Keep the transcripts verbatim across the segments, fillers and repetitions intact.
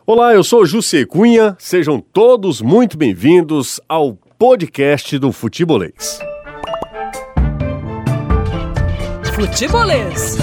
Olá, eu sou Jussi Cunha, sejam todos muito bem-vindos ao podcast do Futebolês. Futebolês.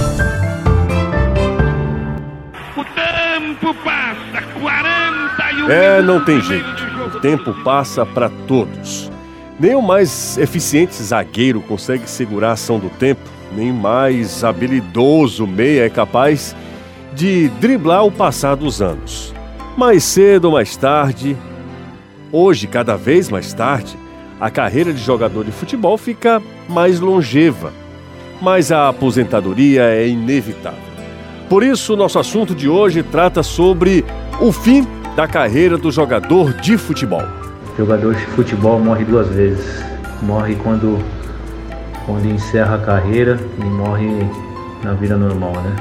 O tempo passa, quarenta e um É, não tem jeito, o tempo passa para todos. Nem o mais eficiente zagueiro consegue segurar a ação do tempo, nem o mais habilidoso meia é capaz de driblar o passar dos anos. Mais cedo ou mais tarde, hoje cada vez mais tarde, a carreira de jogador de futebol fica mais longeva, mas a aposentadoria é inevitável. Por isso, nosso assunto de hoje trata sobre o fim da carreira do jogador de futebol. O jogador de futebol morre duas vezes. Morre quando, quando encerra a carreira e morre na vida normal, né?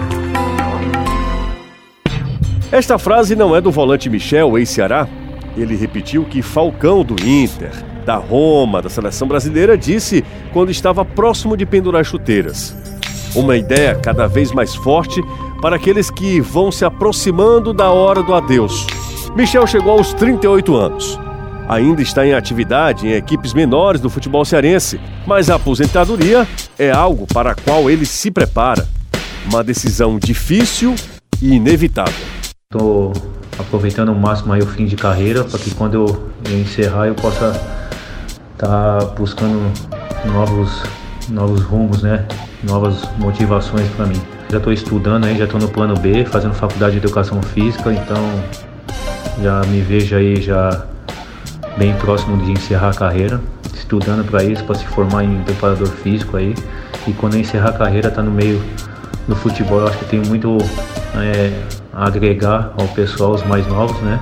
Esta frase não é do volante Michel, ex-Ceará. Ele repetiu que Falcão do Inter, da Roma, da seleção brasileira, disse quando estava próximo de pendurar chuteiras. Uma ideia cada vez mais forte para aqueles que vão se aproximando da hora do adeus. Michel chegou aos trinta e oito anos. Ainda está em atividade em equipes menores do futebol cearense, mas a aposentadoria é algo para a qual ele se prepara. Uma decisão difícil e inevitável. Estou aproveitando ao máximo aí o fim de carreira para que quando eu, eu encerrar eu possa estar tá buscando novos, novos rumos, né? Novas motivações para mim. Já estou estudando aí, já estou no plano B, fazendo faculdade de educação física, então já me vejo aí já bem próximo de encerrar a carreira, estudando para isso, para se formar em preparador físico aí. E quando eu encerrar a carreira, tá no meio do futebol, eu acho que tem muito é, a agregar ao pessoal, os mais novos, né?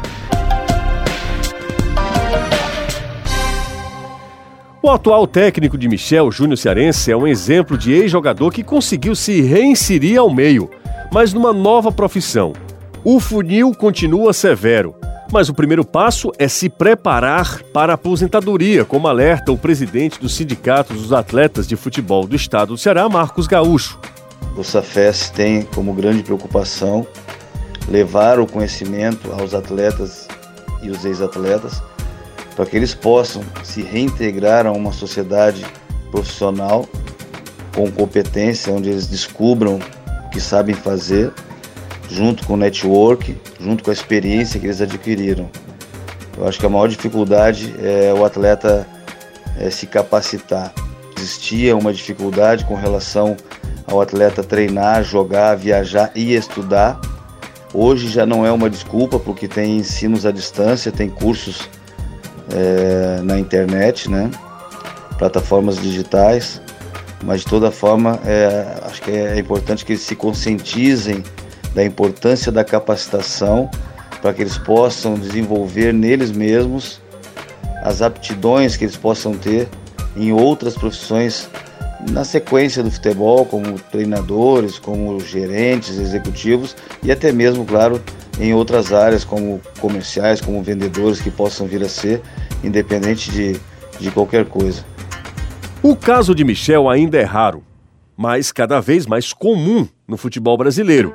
O atual técnico de Michel, Júnior Cearense, é um exemplo de ex-jogador que conseguiu se reinserir ao meio, mas numa nova profissão. O funil continua severo, mas o primeiro passo é se preparar para a aposentadoria, como alerta o presidente do Sindicato dos Atletas de Futebol do Estado do Ceará, Marcos Gaúcho. O SAFES tem como grande preocupação levar o conhecimento aos atletas e os ex-atletas para que eles possam se reintegrar a uma sociedade profissional com competência, onde eles descubram o que sabem fazer, junto com o network, junto com a experiência que eles adquiriram. Eu acho que a maior dificuldade é o atleta é, se capacitar. Existia uma dificuldade com relação ao atleta treinar, jogar, viajar e estudar. Hoje já não é uma desculpa, porque tem ensinos à distância, tem cursos é, na internet, né? Plataformas digitais, mas de toda forma é, acho que é importante que eles se conscientizem da importância da capacitação para que eles possam desenvolver neles mesmos as aptidões que eles possam ter em outras profissões na sequência do futebol, como treinadores, como gerentes, executivos e até mesmo, claro, em outras áreas como comerciais, como vendedores que possam vir a ser, independente de, de qualquer coisa. O caso de Michel ainda é raro, mas cada vez mais comum no futebol brasileiro.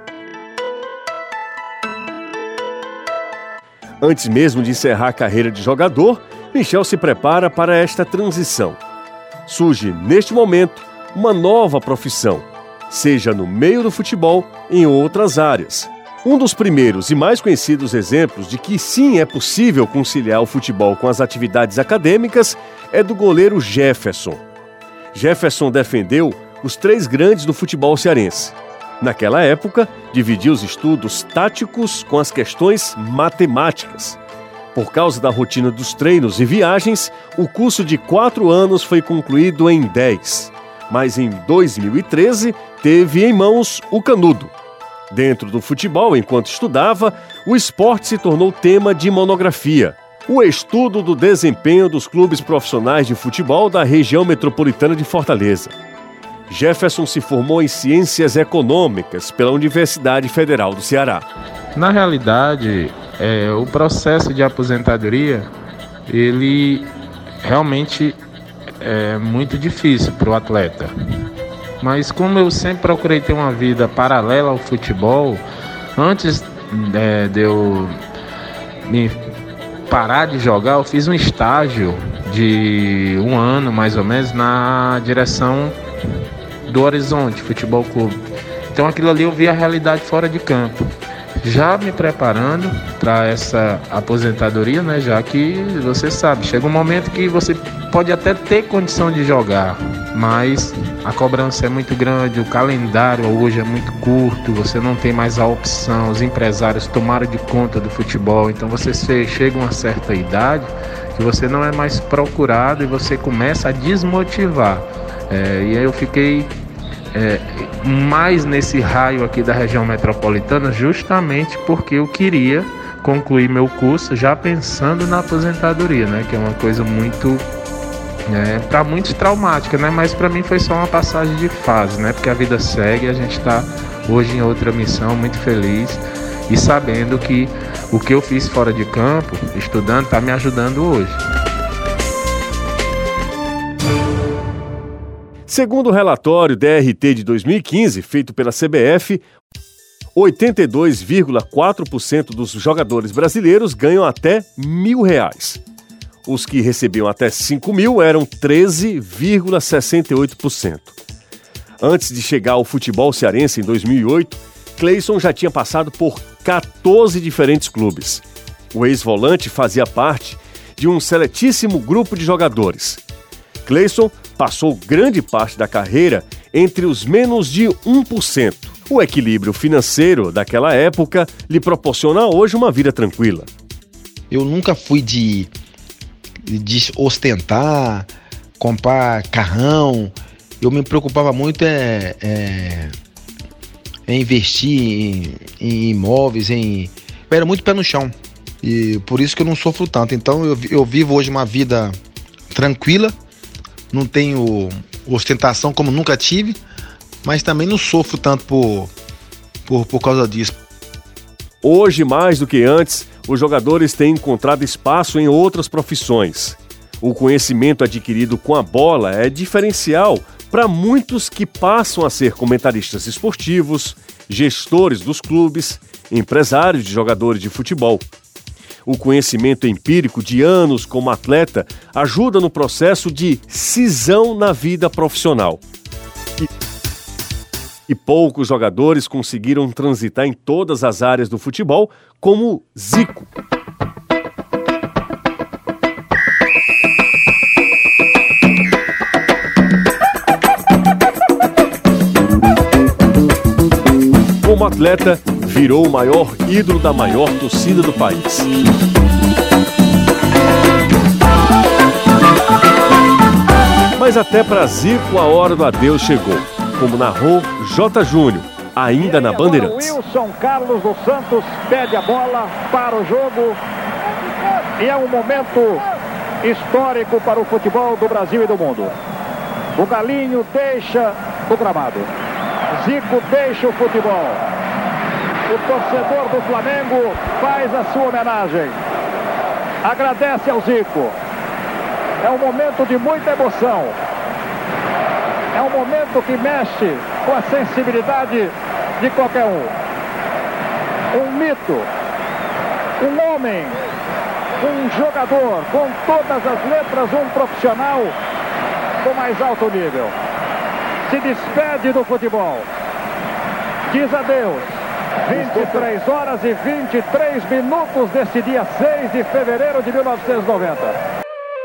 Antes mesmo de encerrar a carreira de jogador, Michel se prepara para esta transição. Surge, neste momento, uma nova profissão, seja no meio do futebol, em outras áreas. Um dos primeiros e mais conhecidos exemplos de que sim é possível conciliar o futebol com as atividades acadêmicas é do goleiro Jefferson. Jefferson defendeu os três grandes do futebol cearense. Naquela época, dividia os estudos táticos com as questões matemáticas. Por causa da rotina dos treinos e viagens, o curso de quatro anos foi concluído em dez. Mas em dois mil e treze, teve em mãos o canudo. Dentro do futebol, enquanto estudava, o esporte se tornou tema de monografia. O estudo do desempenho dos clubes profissionais de futebol da região metropolitana de Fortaleza. Jefferson se formou em Ciências Econômicas pela Universidade Federal do Ceará. Na realidade, é, o processo de aposentadoria, ele realmente é muito difícil para o atleta. Mas como eu sempre procurei ter uma vida paralela ao futebol, antes é, de eu me parar de jogar, eu fiz um estágio de um ano mais ou menos na direção do Horizonte Futebol Clube. Então aquilo ali eu vi a realidade fora de campo, já me preparando para essa aposentadoria, né? Já que você sabe, chega um momento que você pode até ter condição de jogar, mas a cobrança é muito grande, o calendário hoje é muito curto, você não tem mais a opção, os empresários tomaram de conta do futebol, então você chega a uma certa idade que você não é mais procurado e você começa a desmotivar. É, e aí eu fiquei é, mais nesse raio aqui da região metropolitana justamente porque eu queria concluir meu curso já pensando na aposentadoria, né? Que é uma coisa muito... É, para muitos traumática, né? Mas para mim foi só uma passagem de fase, né? Porque a vida segue e a gente está hoje em outra missão, muito feliz e sabendo que o que eu fiz fora de campo, estudando, está me ajudando hoje. Segundo o relatório D R T de dois mil e quinze, feito pela C B F, oitenta e dois vírgula quatro por cento dos jogadores brasileiros ganham até mil reais. Os que recebiam até cinco mil eram treze vírgula sessenta e oito por cento. Antes de chegar ao futebol cearense em dois mil e oito, Cleison já tinha passado por quatorze diferentes clubes. O ex-volante fazia parte de um seletíssimo grupo de jogadores. Cleison passou grande parte da carreira entre os menos de um por cento. O equilíbrio financeiro daquela época lhe proporciona hoje uma vida tranquila. Eu nunca fui de... de ostentar, comprar carrão. Eu me preocupava muito é, é, em investir em, em imóveis, em... eu era muito pé no chão e por isso que eu não sofro tanto. Então eu, eu vivo hoje uma vida tranquila, não tenho ostentação como nunca tive, mas também não sofro tanto por, por, por causa disso. Hoje, mais do que antes, os jogadores têm encontrado espaço em outras profissões. O conhecimento adquirido com a bola é diferencial para muitos que passam a ser comentaristas esportivos, gestores dos clubes, empresários de jogadores de futebol. O conhecimento empírico de anos como atleta ajuda no processo de cisão na vida profissional. E, e poucos jogadores conseguiram transitar em todas as áreas do futebol, como Zico. Como atleta, virou o maior ídolo da maior torcida do país. Mas até para Zico a hora do adeus chegou, como narrou J. Júnior, ainda na Bandeirantes. Wilson Carlos dos Santos pede a bola para o jogo e é um momento histórico para o futebol do Brasil e do mundo. O Galinho deixa o gramado. Zico deixa o futebol. O torcedor do Flamengo faz a sua homenagem. Agradece ao Zico. É um momento de muita emoção. É um momento que mexe com a sensibilidade de qualquer um. Um mito, um homem, um jogador com todas as letras, um profissional do mais alto nível. Se despede do futebol. Diz adeus. vinte e três horas e vinte e três minutos desse dia seis de fevereiro de mil novecentos e noventa.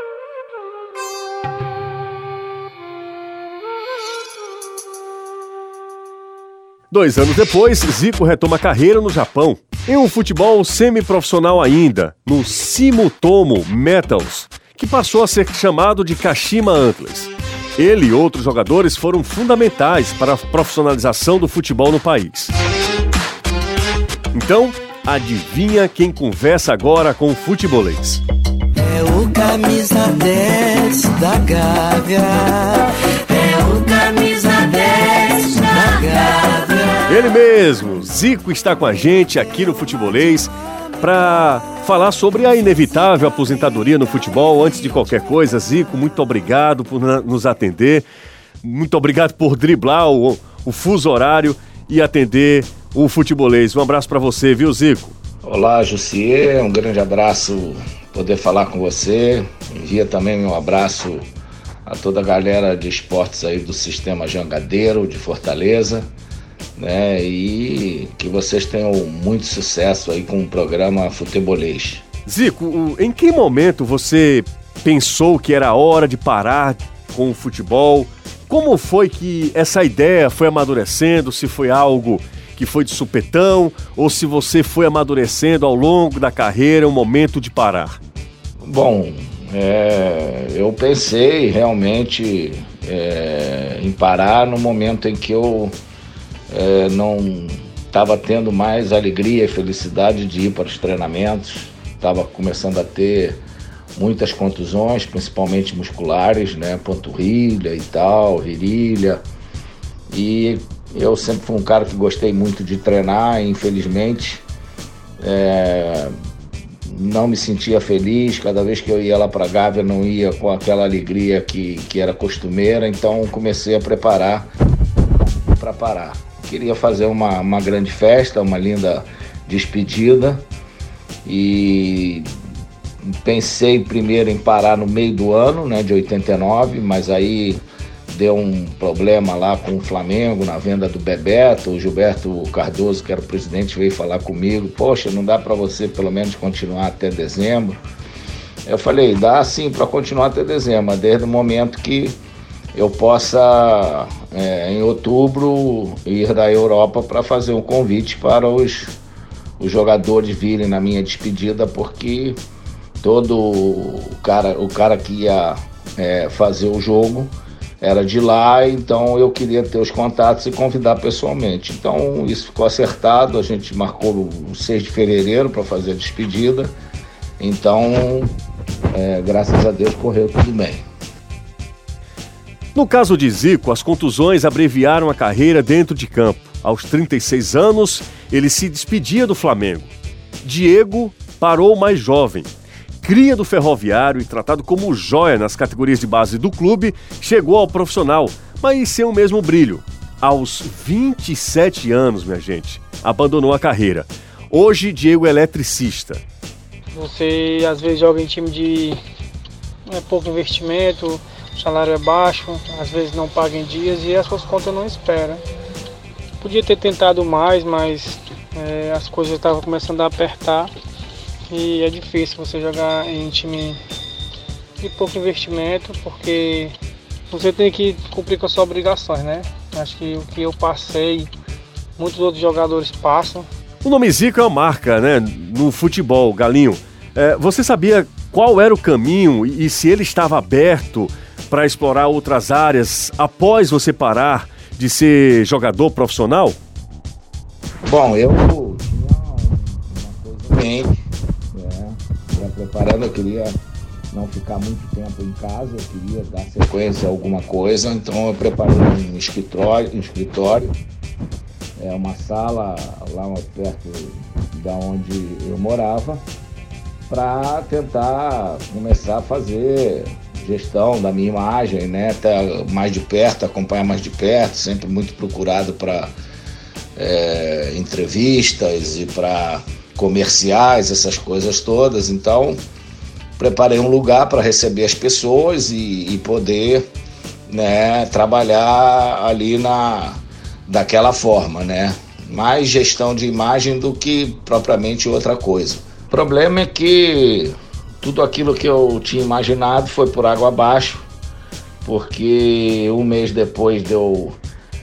Dois anos depois, Zico retoma a carreira no Japão, em um futebol semiprofissional ainda, no Sumitomo Metals, que passou a ser chamado de Kashima Antlers. Ele e outros jogadores foram fundamentais para a profissionalização do futebol no país. Então, adivinha quem conversa agora com o futebolês? É o camisa dez da Gávea, é o camisa dez da Gávea. Ele mesmo, Zico, está com a gente aqui no Futebolês para falar sobre a inevitável aposentadoria no futebol. Antes de qualquer coisa, Zico, muito obrigado por nos atender, muito obrigado por driblar o, o fuso horário e atender o futebolês. Um abraço para você, viu, Zico? Olá, Jussier, um grande abraço poder falar com você. Envia também meu abraço a toda a galera de esportes aí do Sistema Jangadeiro de Fortaleza, né? E que vocês tenham muito sucesso aí com o programa Futebolês. Zico, em que momento você pensou que era hora de parar com o futebol? Como foi que essa ideia foi amadurecendo? Se foi algo que foi de supetão ou se você foi amadurecendo ao longo da carreira, um momento de parar? Bom, é, eu pensei realmente é, em parar no momento em que eu é, não estava tendo mais alegria e felicidade de ir para os treinamentos, estava começando a ter muitas contusões, principalmente musculares, né, panturrilha e tal, virilha, e eu sempre fui um cara que gostei muito de treinar e infelizmente é, não me sentia feliz. Cada vez que eu ia lá para a Gávea não ia com aquela alegria que, que era costumeira, então comecei a preparar para parar. Queria fazer uma, uma grande festa, uma linda despedida e pensei primeiro em parar no meio do ano, né, de oitenta e nove, mas aí deu um problema lá com o Flamengo na venda do Bebeto. O Gilberto Cardoso, que era o presidente, veio falar comigo: poxa, não dá para você pelo menos continuar até dezembro? Eu falei: dá sim para continuar até dezembro, desde o momento que eu possa, é, em outubro, ir da Europa para fazer um convite para os, os jogadores virem na minha despedida, porque todo o cara, o cara que ia é, fazer o jogo era de lá, então eu queria ter os contatos e convidar pessoalmente. Então isso ficou acertado, a gente marcou o seis de fevereiro para fazer a despedida, então é, graças a Deus correu tudo bem. No caso de Zico, as contusões abreviaram a carreira dentro de campo. Aos trinta e seis anos, ele se despedia do Flamengo. Diego parou mais jovem. Cria do Ferroviário e tratado como joia nas categorias de base do clube, chegou ao profissional, mas sem o mesmo brilho. Aos vinte e sete anos, minha gente, abandonou a carreira. Hoje, Diego é eletricista. Você, às vezes, joga em time de é, pouco investimento, o salário é baixo, às vezes não paga em dias e as suas contas não esperam. Podia ter tentado mais, mas é, as coisas estavam começando a apertar. E é difícil você jogar em time de pouco investimento, porque você tem que cumprir com as suas obrigações, né? Acho que o que eu passei, muitos outros jogadores passam. O nome Zico é uma marca, né, no futebol, Galinho. É, você sabia qual era o caminho e, e se ele estava aberto para explorar outras áreas após você parar de ser jogador profissional? Bom, eu tinha uma coisa em mente. Preparando, eu queria não ficar muito tempo em casa, eu queria dar sequência a alguma coisa, então eu preparei um escritório, um escritório, é uma sala lá perto da onde eu morava, para tentar começar a fazer gestão da minha imagem, né, até mais de perto, acompanhar mais de perto, sempre muito procurado para é, entrevistas e para comerciais, essas coisas todas. Então preparei um lugar para receber as pessoas e, e poder, né, trabalhar ali na, daquela forma, né? Mais gestão de imagem do que propriamente outra coisa. O problema é que tudo aquilo que eu tinha imaginado foi por água abaixo, porque um mês depois de eu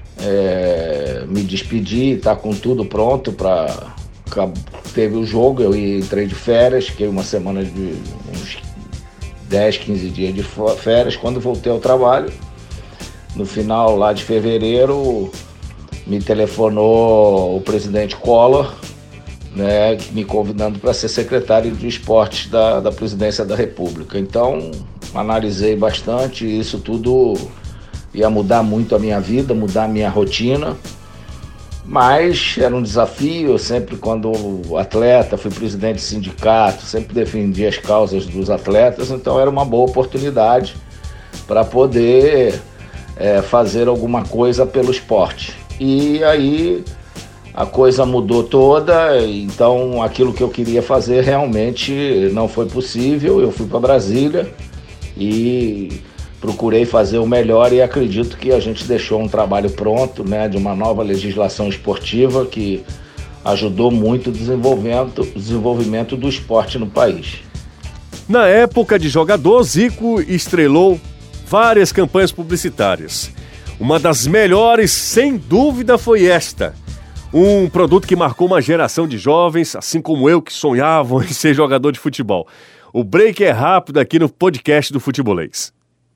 é, me despedir, estar tá com tudo pronto para... Teve o jogo, eu entrei de férias, fiquei uma semana de uns dez, quinze dias de férias. Quando voltei ao trabalho, no final lá de fevereiro, me telefonou o presidente Collor, né, me convidando para ser secretário de esportes da, da presidência da República. Então, analisei bastante, isso tudo ia mudar muito a minha vida, mudar a minha rotina. Mas era um desafio. Eu sempre, quando atleta, fui presidente de sindicato, sempre defendi as causas dos atletas, então era uma boa oportunidade para poder é, fazer alguma coisa pelo esporte. E aí a coisa mudou toda, então aquilo que eu queria fazer realmente não foi possível. Eu fui para Brasília e procurei fazer o melhor e acredito que a gente deixou um trabalho pronto, né, de uma nova legislação esportiva que ajudou muito o desenvolvimento, desenvolvimento do esporte no país. Na época de jogador, Zico estrelou várias campanhas publicitárias. Uma das melhores, sem dúvida, foi esta. Um produto que marcou uma geração de jovens, assim como eu, que sonhavam em ser jogador de futebol. O break é rápido aqui no podcast do Futebolês.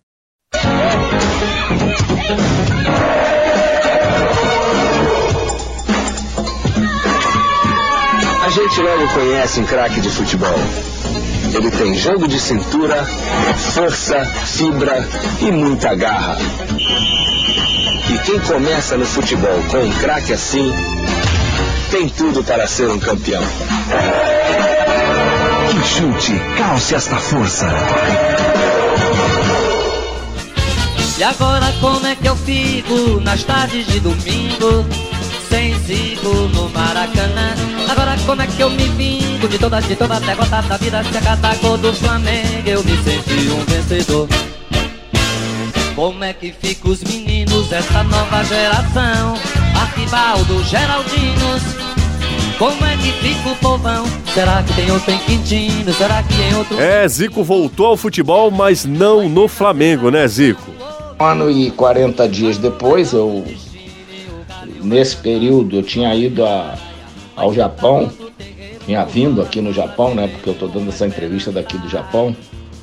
A gente logo conhece um craque de futebol. Ele tem jogo de cintura, força, fibra e muita garra. E quem começa no futebol com um craque assim, tem tudo para ser um campeão. Que chute, calce esta força. E agora como é que eu fico nas tardes de domingo, sem Zico no Maracanã? Agora como é que eu me vingo de toda, de toda a derrota da vida? Se a cada gol do Flamengo eu me senti um vencedor. Como é que fica os meninos, essa nova geração? Arquibaldo, Geraldinos. Como é que fica o povão? Será que tem outro em Quintino? Será que tem outro... É, Zico voltou ao futebol, mas não no Flamengo, né, Zico? Um ano e quarenta dias depois, eu... Nesse período, eu tinha ido a, ao Japão. Tinha vindo aqui no Japão, né? Porque eu tô dando essa entrevista daqui do Japão.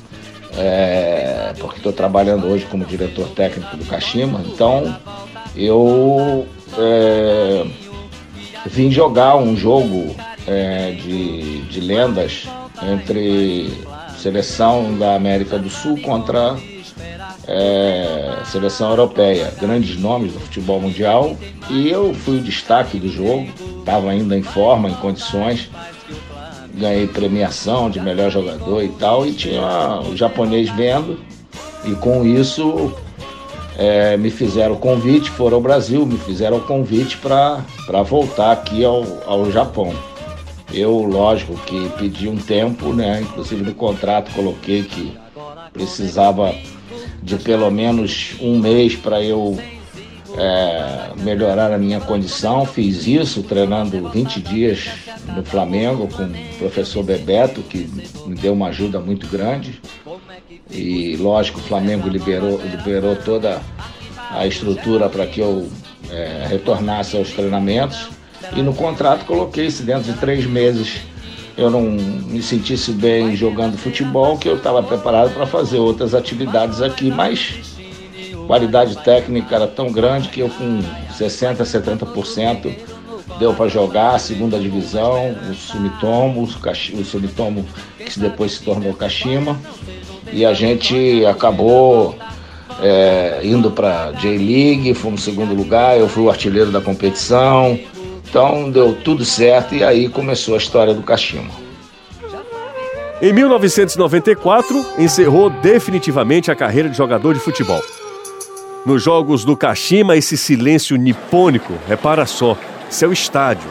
É, porque estou trabalhando hoje como diretor técnico do Kashima. Então, eu... É, vim jogar um jogo é, de, de lendas entre seleção da América do Sul contra é, seleção europeia, grandes nomes do futebol mundial, e eu fui o destaque do jogo, estava ainda em forma, em condições, ganhei premiação de melhor jogador e tal, e tinha o japonês vendo, e com isso... É, me fizeram o convite, foram ao Brasil, me fizeram o convite para voltar aqui ao, ao Japão. Eu, lógico, que pedi um tempo, né? Inclusive no contrato coloquei que precisava de pelo menos um mês para eu é, melhorar a minha condição. Fiz isso treinando vinte dias no Flamengo com o professor Bebeto, que me deu uma ajuda muito grande. E lógico, o Flamengo liberou, liberou toda a estrutura para que eu é, retornasse aos treinamentos. E no contrato coloquei se dentro de três meses eu não me sentisse bem jogando futebol, que eu estava preparado para fazer outras atividades aqui, mas a qualidade técnica era tão grande que eu com sessenta por cento, setenta por cento deu para jogar a segunda divisão, o Sumitomo, o Sumitomo que depois se tornou Kashima. E a gente acabou é, indo para J-League, fomos em segundo lugar, eu fui o artilheiro da competição, então deu tudo certo e aí começou a história do Kashima. Em mil novecentos e noventa e quatro, encerrou definitivamente a carreira de jogador de futebol. Nos jogos do Kashima, esse silêncio nipônico, repara só, seu estádio.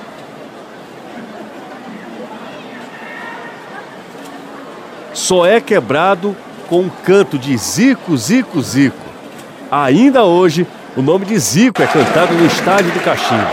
Só é quebrado com um canto de Zico, Zico, Zico. Ainda hoje, o nome de Zico é cantado no estádio do Kashima.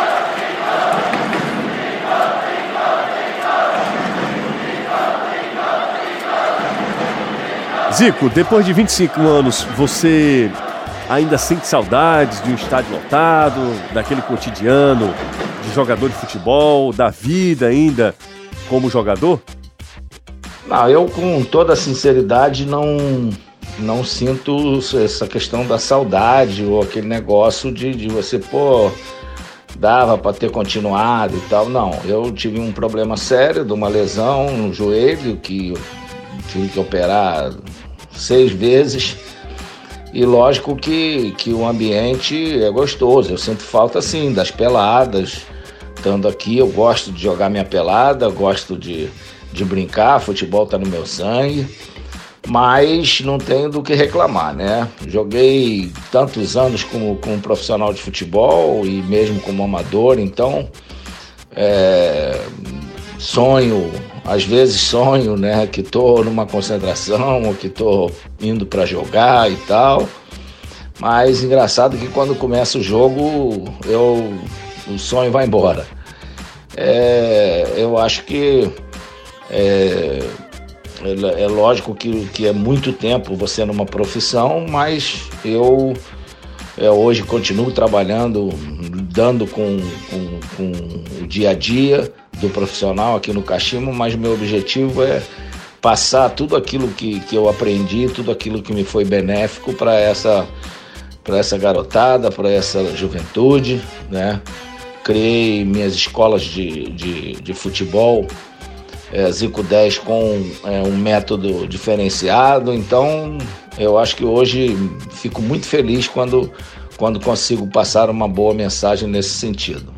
Zico, depois de vinte e cinco anos, você ainda sente saudades de um estádio lotado, daquele cotidiano de jogador de futebol, da vida ainda como jogador? Não, eu com toda sinceridade não, não sinto essa questão da saudade ou aquele negócio de, de você, pô, dava para ter continuado e tal. Não, eu tive um problema sério de uma lesão no joelho que eu tive que operar seis vezes e lógico que, que o ambiente é gostoso. Eu sinto falta, sim, das peladas. Estando aqui, eu gosto de jogar minha pelada, gosto de... de brincar, futebol tá no meu sangue, mas não tenho do que reclamar, né? Joguei tantos anos como, como profissional de futebol e mesmo como amador, então é, sonho, às vezes sonho, né, que tô numa concentração ou que tô indo para jogar e tal, mas engraçado que quando começa o jogo, eu, o sonho vai embora. É, eu acho que é, é lógico que, que é muito tempo você numa profissão, mas eu é, hoje continuo trabalhando, lidando com, com, com o dia a dia do profissional aqui no Cachimbo, mas meu objetivo é passar tudo aquilo que, que eu aprendi, tudo aquilo que me foi benéfico para essa, para essa garotada, para essa juventude, né? Criei minhas escolas de, de, de futebol, é, Zico dez, com é, um método diferenciado, então eu acho que hoje fico muito feliz quando, quando consigo passar uma boa mensagem nesse sentido.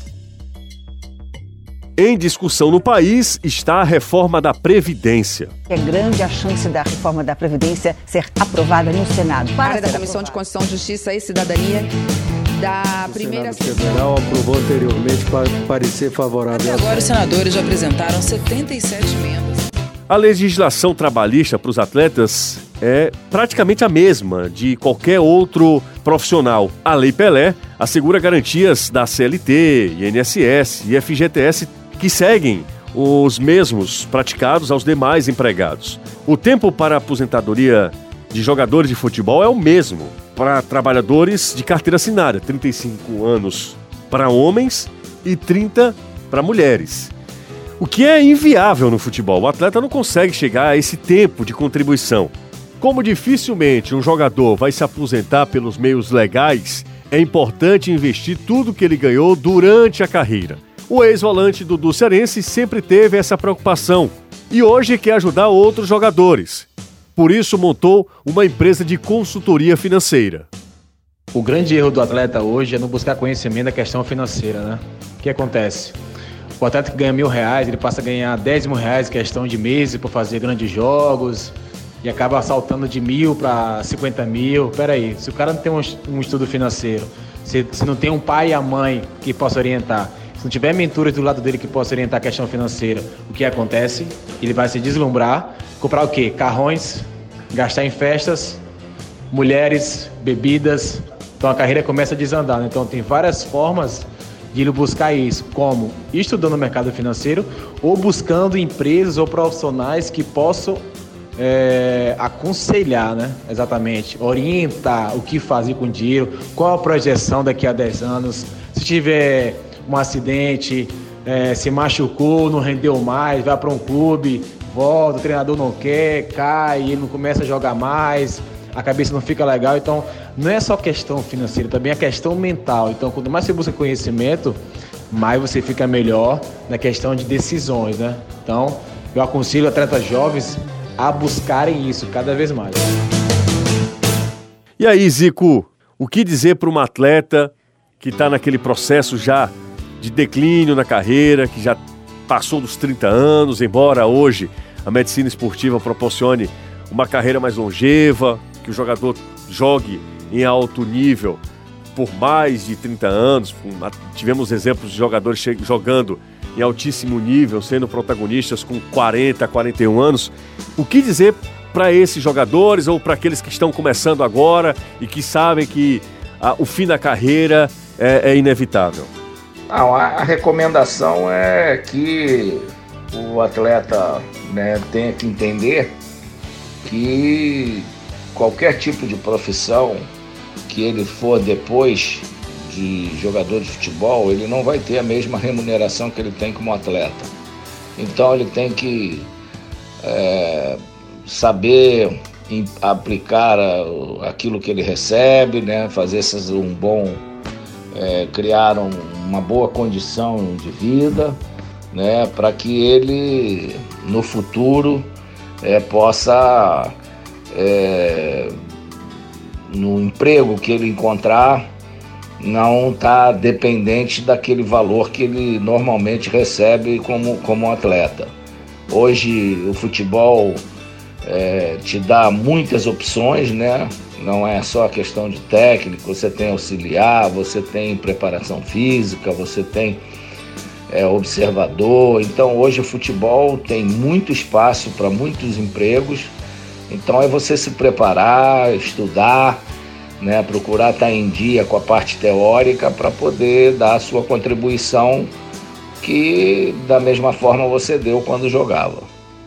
Em discussão no país está a reforma da Previdência. É grande a chance da reforma da Previdência ser aprovada no Senado. Para da Comissão de Constituição, Justiça e Cidadania da primeira... O Senado Federal aprovou anteriormente para parecer favorável. Até agora os senadores já apresentaram setenta e sete emendas. A legislação trabalhista para os atletas é praticamente a mesma de qualquer outro profissional. A Lei Pelé assegura garantias da C L T, I N S S e F G T S que seguem os mesmos praticados aos demais empregados. O tempo para a aposentadoria de jogadores de futebol é o mesmo para trabalhadores de carteira assinada, trinta e cinco anos para homens e trinta para mulheres. O que é inviável no futebol. O atleta não consegue chegar a esse tempo de contribuição. Como dificilmente um jogador vai se aposentar pelos meios legais, é importante investir tudo que ele ganhou durante a carreira. O ex-volante Dudu Cearense sempre teve essa preocupação e hoje quer ajudar outros jogadores. Por isso montou uma empresa de consultoria financeira. O grande erro do atleta hoje é não buscar conhecimento da questão financeira, né? O que acontece? O atleta que ganha mil reais, ele passa a ganhar dez mil reais em questão de meses para fazer grandes jogos e acaba saltando de mil para cinquenta mil. Peraí, se o cara não tem um, um estudo financeiro, se, se não tem um pai e a mãe que possa orientar, se não tiver mentores do lado dele que possa orientar a questão financeira, o que acontece? Ele vai se deslumbrar, comprar o quê? Carrões, gastar em festas, mulheres, bebidas. Então a carreira começa a desandar, né? Então tem várias formas de ele buscar isso, como estudando o mercado financeiro ou buscando empresas ou profissionais que possam é, aconselhar, né? Exatamente, orientar o que fazer com o dinheiro, qual a projeção daqui a dez anos, se tiver um acidente, é, se machucou, não rendeu mais, vai para um clube, volta, o treinador não quer, cai, ele não começa a jogar mais, a cabeça não fica legal. Então não é só questão financeira, também é questão mental. Então quanto mais você busca conhecimento, mais você fica melhor na questão de decisões, né? Então eu aconselho atletas jovens a buscarem isso cada vez mais. E aí, Zico, o que dizer para uma atleta que está naquele processo já de declínio na carreira, que já passou dos trinta anos, embora hoje a medicina esportiva proporcione uma carreira mais longeva, que o jogador jogue em alto nível por mais de trinta anos. Tivemos exemplos de jogadores jogando em altíssimo nível, sendo protagonistas com quarenta, quarenta e um anos. O que dizer para esses jogadores ou para aqueles que estão começando agora e que sabem que a, o fim da carreira é, é inevitável? Não, a recomendação é que o atleta, né, tenha que entender que qualquer tipo de profissão que ele for depois de jogador de futebol, ele não vai ter a mesma remuneração que ele tem como atleta. Então ele tem que é, saber aplicar aquilo que ele recebe, né, fazer um bom, é, criar um, uma boa condição de vida, né, para que ele no futuro é, possa, é, no emprego que ele encontrar, não estar tá dependente daquele valor que ele normalmente recebe como, como atleta. Hoje o futebol é, te dá muitas opções, né? Não é só a questão de técnico, você tem auxiliar, você tem preparação física, você tem é, observador. Então hoje o futebol tem muito espaço para muitos empregos, então é você se preparar, estudar, né, procurar estar em dia com a parte teórica para poder dar a sua contribuição que da mesma forma você deu quando jogava.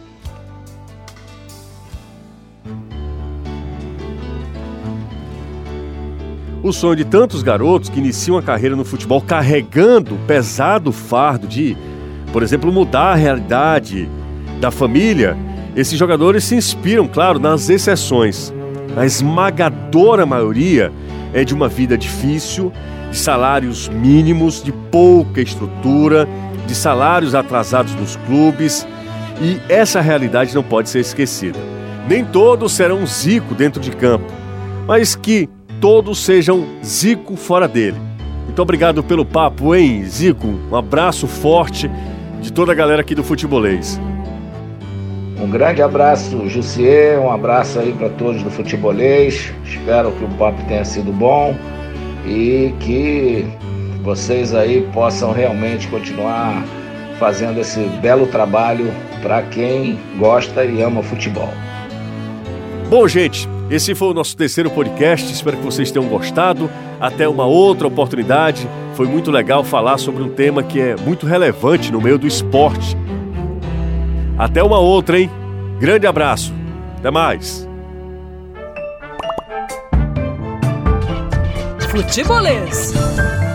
O sonho de tantos garotos que iniciam a carreira no futebol carregando o pesado fardo de, por exemplo, mudar a realidade da família, esses jogadores se inspiram, claro, nas exceções. A esmagadora maioria é de uma vida difícil, de salários mínimos, de pouca estrutura, de salários atrasados nos clubes, e essa realidade não pode ser esquecida. Nem todos serão Zico dentro de campo, mas que todos sejam Zico fora dele. Muito obrigado pelo papo, hein, Zico? Um abraço forte de toda a galera aqui do Futebolês. Um grande abraço, Jussier, um abraço aí para todos do Futebolês. Espero que o papo tenha sido bom e que vocês aí possam realmente continuar fazendo esse belo trabalho para quem gosta e ama futebol. Bom, gente, esse foi o nosso terceiro podcast, espero que vocês tenham gostado. Até uma outra oportunidade. Foi muito legal falar sobre um tema que é muito relevante no meio do esporte. Até uma outra, hein? Grande abraço. Até mais. Futebolês.